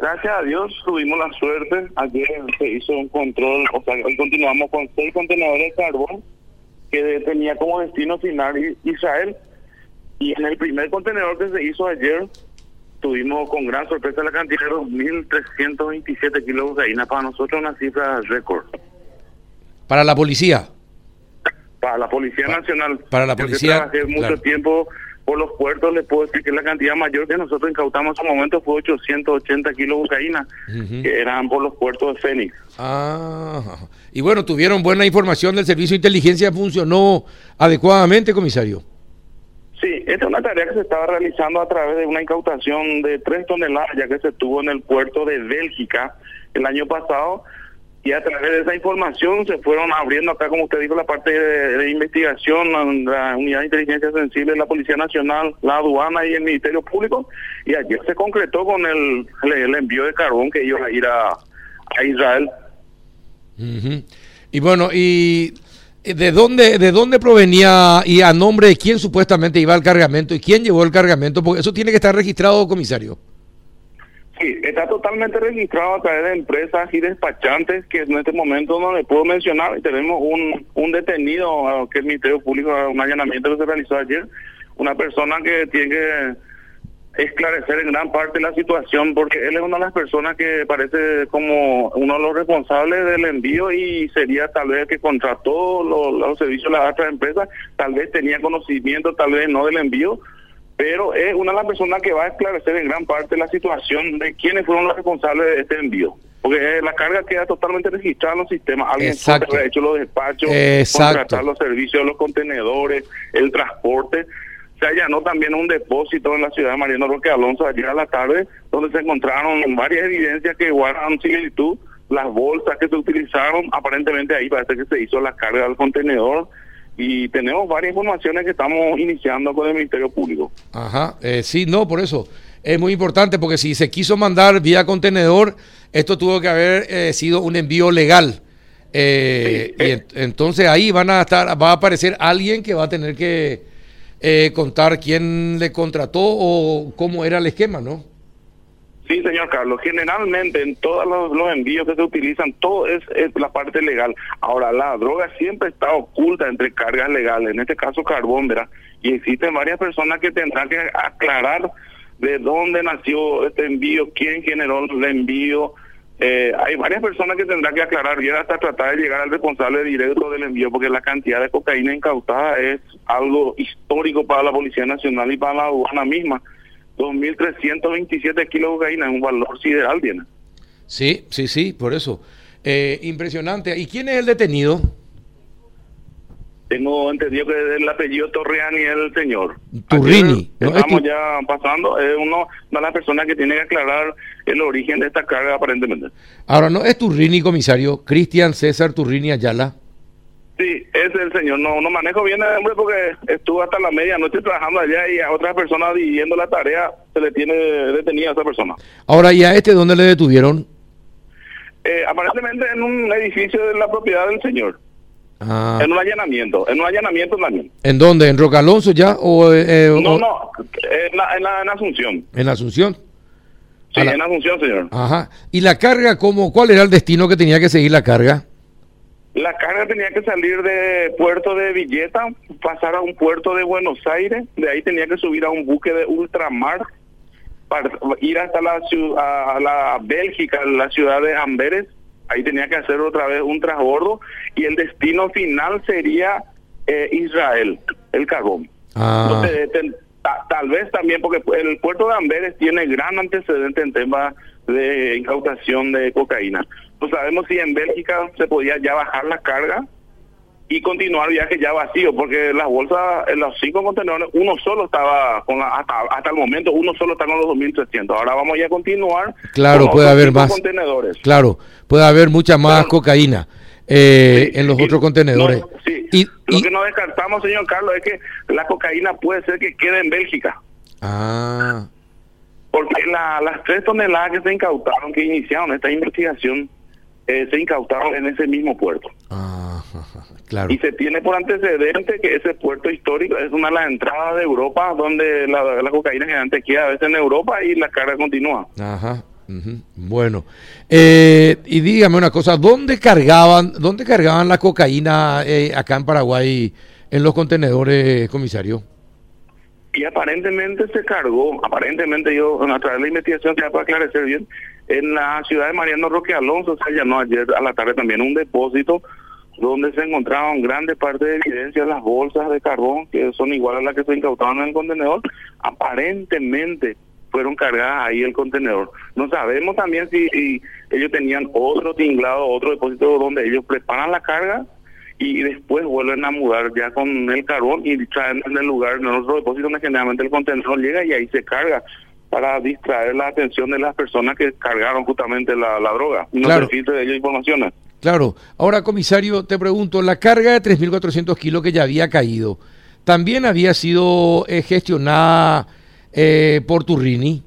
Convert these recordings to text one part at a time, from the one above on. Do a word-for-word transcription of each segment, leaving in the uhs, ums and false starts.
Gracias a Dios tuvimos la suerte. Ayer se hizo un control, o sea, hoy continuamos con seis contenedores de carbón que tenía como destino final Israel. Y en el primer contenedor que se hizo ayer, tuvimos con gran sorpresa la cantidad de dos mil trescientos veintisiete kilos de cocaína. Para nosotros una cifra récord. ¿Para la policía? Para la Policía Pa Nacional. Para la policía. Yo que trabajé mucho claro. tiempo por los puertos, les puedo decir que la cantidad mayor que nosotros incautamos en su momento fue ochocientos ochenta kilos de cocaína, uh-huh. que eran por los puertos de Fénix. Ah, y bueno, tuvieron buena información del servicio de inteligencia, funcionó adecuadamente, comisario. Sí, esta es una tarea que se estaba realizando a través de una incautación de tres toneladas, ya que se tuvo en el puerto de Bélgica el año pasado, y a través de esa información se fueron abriendo acá, como usted dijo, la parte de, de investigación, la unidad de inteligencia sensible, la Policía Nacional, la aduana y el Ministerio Público, y ayer se concretó con el, el, el envío de carbón que iba a ir a, a Israel. Uh-huh. Y bueno, y ¿de dónde, de dónde provenía y a nombre de quién supuestamente iba el cargamento y quién llevó el cargamento? Porque eso tiene que estar registrado, comisario. Sí, está totalmente registrado a través de empresas y despachantes que en este momento no le puedo mencionar. Tenemos un, un detenido que el Ministerio Público, un allanamiento que se realizó ayer, una persona que tiene que esclarecer en gran parte la situación, porque él es una de las personas que parece como uno de los responsables del envío y sería tal vez que contrató los, los servicios de las otras empresas, tal vez tenía conocimiento, tal vez no del envío, pero es una de las personas que va a esclarecer en gran parte la situación de quiénes fueron los responsables de este envío. Porque la carga queda totalmente registrada en los sistemas. Alguien ha hecho los despachos, Exacto. contratar los servicios de los contenedores, el transporte. Se allanó también un depósito en la ciudad de Mariano Roque Alonso ayer a la tarde, donde se encontraron varias evidencias que guardan similitud. Las bolsas que se utilizaron, aparentemente ahí parece que se hizo la carga del contenedor. Y tenemos varias informaciones que estamos iniciando con el Ministerio Público. Ajá, eh, sí, no, por eso es muy importante, porque si se quiso mandar vía contenedor, esto tuvo que haber eh, sido un envío legal. Eh, sí, y eh. entonces ahí van a estar, va a aparecer alguien que va a tener que eh, contar quién le contrató o cómo era el esquema, ¿no? Sí, señor Carlos, generalmente en todos los, los envíos que se utilizan, todo es, es la parte legal. Ahora, la droga siempre está oculta entre cargas legales, en este caso carbón, ¿verdad? Y existen varias personas que tendrán que aclarar de dónde nació este envío, quién generó el envío. Eh, hay varias personas que tendrán que aclarar bien hasta tratar de llegar al responsable directo del envío, porque la cantidad de cocaína incautada es algo histórico para la Policía Nacional y para la aduana misma. dos mil trescientos veintisiete kilos de cocaína, es un valor sideral, tiene. Sí, sí, sí, por eso. Eh, impresionante. ¿Y quién es el detenido? Tengo entendido que es el apellido Torriani, el señor. Turrini. ¿No? Estamos es tu... ya pasando, es uno, una de las personas que tiene que aclarar el origen de esta carga aparentemente. Ahora, ¿no es Turrini, comisario? Cristian César Turrini Ayala. Sí, es el señor. No no manejo bien el hombre porque estuvo hasta la medianoche trabajando allá y a otras personas dividiendo la tarea se le tiene detenida a esa persona. Ahora, ¿y a este dónde le detuvieron? Eh, aparentemente en un edificio de la propiedad del señor. Ah. En un allanamiento, en un allanamiento también. ¿En dónde? ¿En Roque Alonso ya? O, eh, no, o... no, en la, en, la, en Asunción. ¿En Asunción? Sí, la... en Asunción, señor. Ajá. ¿Y la carga, cómo, cuál era el destino que tenía que seguir la carga? La carga tenía que salir de puerto de Villeta, pasar a un puerto de Buenos Aires, de ahí tenía que subir a un buque de ultramar, para ir hasta la ciudad, a la Bélgica, la ciudad de Amberes, ahí tenía que hacer otra vez un transbordo, y el destino final sería eh, Israel, el carbón. Ah. Entonces, te, ta, tal vez también, porque el puerto de Amberes tiene gran antecedente en temas de incautación de cocaína. No sabemos si en Bélgica se podía ya bajar la carga y continuar el viaje ya vacío, porque las bolsas, en los cinco contenedores, uno solo estaba, con la, hasta, hasta el momento, uno solo está con los dos mil trescientos. Ahora vamos ya a continuar. Claro, puede haber más. Contenedores. Claro, puede haber mucha más Pero, cocaína eh, sí, en los y, otros contenedores. No, sí. y, Lo y, que no descartamos, señor Carlos, es que la cocaína puede ser que quede en Bélgica. Ah. Porque la, las tres toneladas que se incautaron, que iniciaron esta investigación, eh, se incautaron en ese mismo puerto. Ah, claro. Y se tiene por antecedente que ese puerto histórico es una de las entradas de Europa, donde la, la cocaína generalmente queda a veces en Europa y la carga continúa. Ajá. Uh-huh. Bueno, eh, y dígame una cosa, ¿dónde cargaban, dónde cargaban la cocaína eh, acá en Paraguay en los contenedores, comisario? Y aparentemente se cargó, aparentemente yo, a través de la investigación, ya para aclarecer bien, en la ciudad de Mariano Roque Alonso se allanó ayer a la tarde también un depósito donde se encontraban grandes partes de evidencia, las bolsas de carbón, que son iguales a las que se incautaban en el contenedor, aparentemente fueron cargadas ahí el contenedor. No sabemos también si, si ellos tenían otro tinglado, otro depósito donde ellos preparan la carga y después vuelven a mudar ya con el carbón y traen en el lugar, en otro depósito donde generalmente el contenedor llega y ahí se carga para distraer la atención de las personas que cargaron justamente la, la droga. Y no claro. se filtre de ellos informaciones. Claro. Ahora, comisario, te pregunto, la carga de tres mil cuatrocientos kilos que ya había caído, ¿también había sido eh, gestionada eh, por Turrini?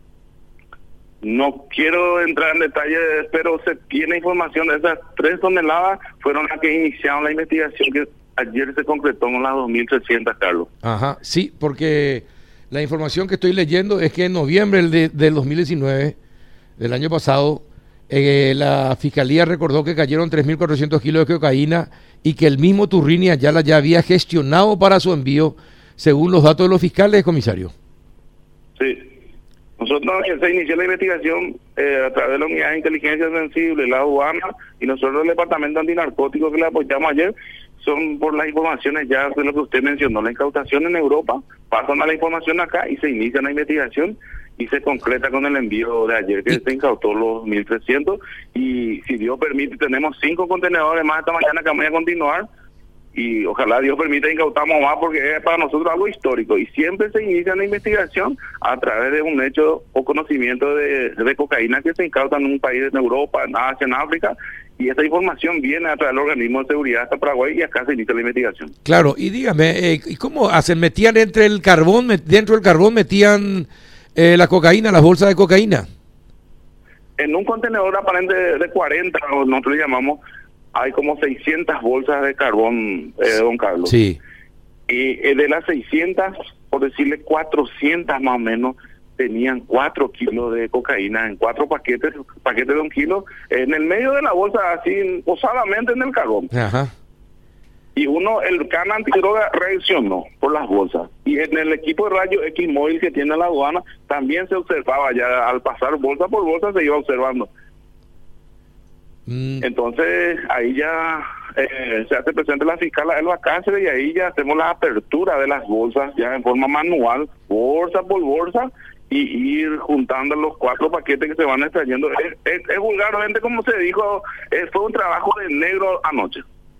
No quiero entrar en detalles, pero se tiene información de esas tres toneladas fueron las que iniciaron la investigación que ayer se concretó con las dos mil trescientas, Carlos. Ajá, sí, porque la información que estoy leyendo es que en noviembre de, del dos mil diecinueve, del año pasado, eh, la Fiscalía recordó que cayeron tres mil cuatrocientos kilos de cocaína y que el mismo Turrini Ayala ya había gestionado para su envío, según los datos de los fiscales, comisario. Sí. Nosotros se inició la investigación eh, a través de la unidad de inteligencia sensible, la aduana y nosotros el departamento antinarcótico que le apoyamos ayer, son por las informaciones ya de lo que usted mencionó, la incautación en Europa, pasan a la información acá y se inicia la investigación y se concreta con el envío de ayer que se incautó los mil trescientos y si Dios permite tenemos cinco contenedores más esta mañana que vamos a continuar. Y ojalá Dios permita incautamos más porque es para nosotros algo histórico y siempre se inicia la investigación a través de un hecho o conocimiento de, de cocaína que se incauta en un país en Europa, en Asia, en África y esta información viene a través del organismo de seguridad hasta Paraguay y acá se inicia la investigación. Claro, y dígame, eh, ¿y cómo hacen? ¿Metían entre el carbón, met, dentro del carbón metían eh, la cocaína, las bolsas de cocaína? En un contenedor aparente de, de cuarenta, nosotros le llamamos, hay como seiscientas bolsas de carbón, eh, don Carlos. Sí. Y eh, de las seiscientas, por decirle cuatrocientas más o menos, tenían cuatro kilos de cocaína en cuatro paquetes, paquetes de un kilo, en el medio de la bolsa, así, posadamente en el carbón. Ajá. Y uno, el can antidroga reaccionó por las bolsas. Y en el equipo de rayo X móvil que tiene la aduana, también se observaba ya, al pasar bolsa por bolsa se iba observando. Entonces ahí ya eh, se hace presente la fiscal Elba Cáceres y ahí ya hacemos la apertura de las bolsas ya en forma manual, bolsa por bolsa, y ir juntando los cuatro paquetes que se van extrayendo. Es, es, es vulgarmente como se dijo, eh, fue un trabajo de negro anoche.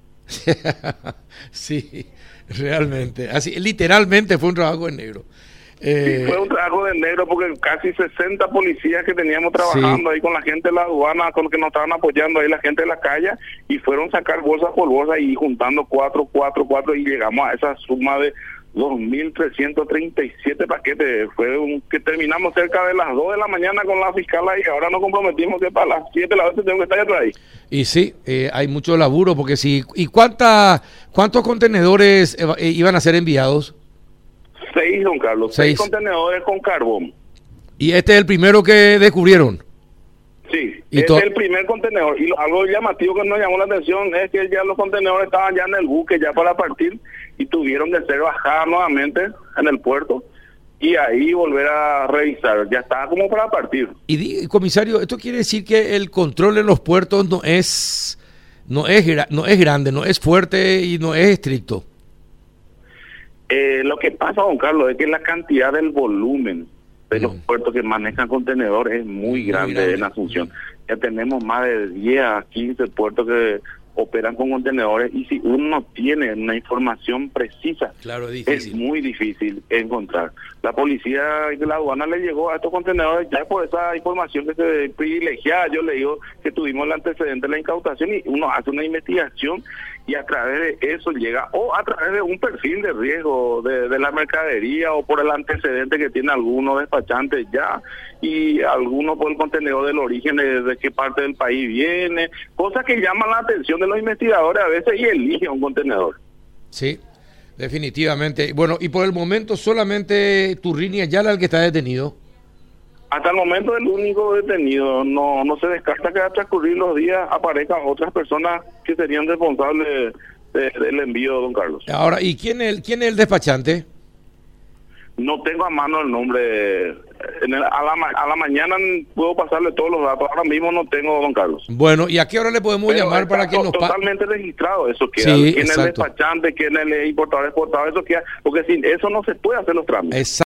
Sí, realmente, así literalmente fue un trabajo de negro. Eh, sí, fue un trabajo de negro porque casi sesenta policías que teníamos trabajando sí. ahí con la gente de la aduana, con los que nos estaban apoyando ahí la gente de la calle, y fueron a sacar bolsa por bolsa y juntando cuatro, cuatro, cuatro y llegamos a esa suma de dos mil trescientos treinta y siete paquetes. Fue un que terminamos cerca de las dos de la mañana con la fiscal ahí, ahora nos comprometimos que para las siete de la noche tengo que estar atrás ahí. Y sí, eh, hay mucho laburo porque sí. ¿Y cuánta, cuántos contenedores eh, iban a ser enviados? Seis, don Carlos, seis. seis contenedores con carbón. ¿Y este es el primero que descubrieron? Sí, ¿Y este es el primer contenedor. Y algo llamativo que nos llamó la atención es que ya los contenedores estaban ya en el buque, ya para partir, y tuvieron que ser bajados nuevamente en el puerto y ahí volver a revisar. Ya estaba como para partir. Y, comisario, esto quiere decir que el control en los puertos no es, no es, no es grande, no es fuerte y no es estricto. Eh, lo que pasa, don Carlos, es que la cantidad del volumen de los mm. puertos que manejan contenedores es muy, muy grande, grande en Asunción. Mm. Ya tenemos más de diez a quince puertos que operan con contenedores y si uno no tiene una información precisa, claro, es, es muy difícil encontrar. La policía de la aduana le llegó a estos contenedores ya por esa información que se privilegiada. Yo le digo que tuvimos el antecedente de la incautación y uno hace una investigación y a través de eso llega, o a través de un perfil de riesgo de, de la mercadería o por el antecedente que tiene algunos despachantes ya y algunos por el contenedor del origen de, de qué parte del país viene, cosas que llaman la atención de los investigadores a veces y eligen un contenedor. Sí, definitivamente. Bueno, y por el momento solamente Turrini Ayala el que está detenido. Hasta el momento el único detenido. No, no se descarta que al transcurrir los días aparezcan otras personas que serían responsables de, del envío, don Carlos. Ahora, ¿y quién es, quién es el despachante? No tengo a mano el nombre. En el, a, la, a la mañana puedo pasarle todos los datos. Ahora mismo no tengo, don Carlos. Bueno, ¿y a qué hora le podemos Pero llamar para que nos pague? Totalmente registrado eso queda. Sí, ¿Quién es el exacto. despachante? ¿Quién es el importador exportador? Eso queda. Porque sin eso no se puede hacer los trámites. Exacto.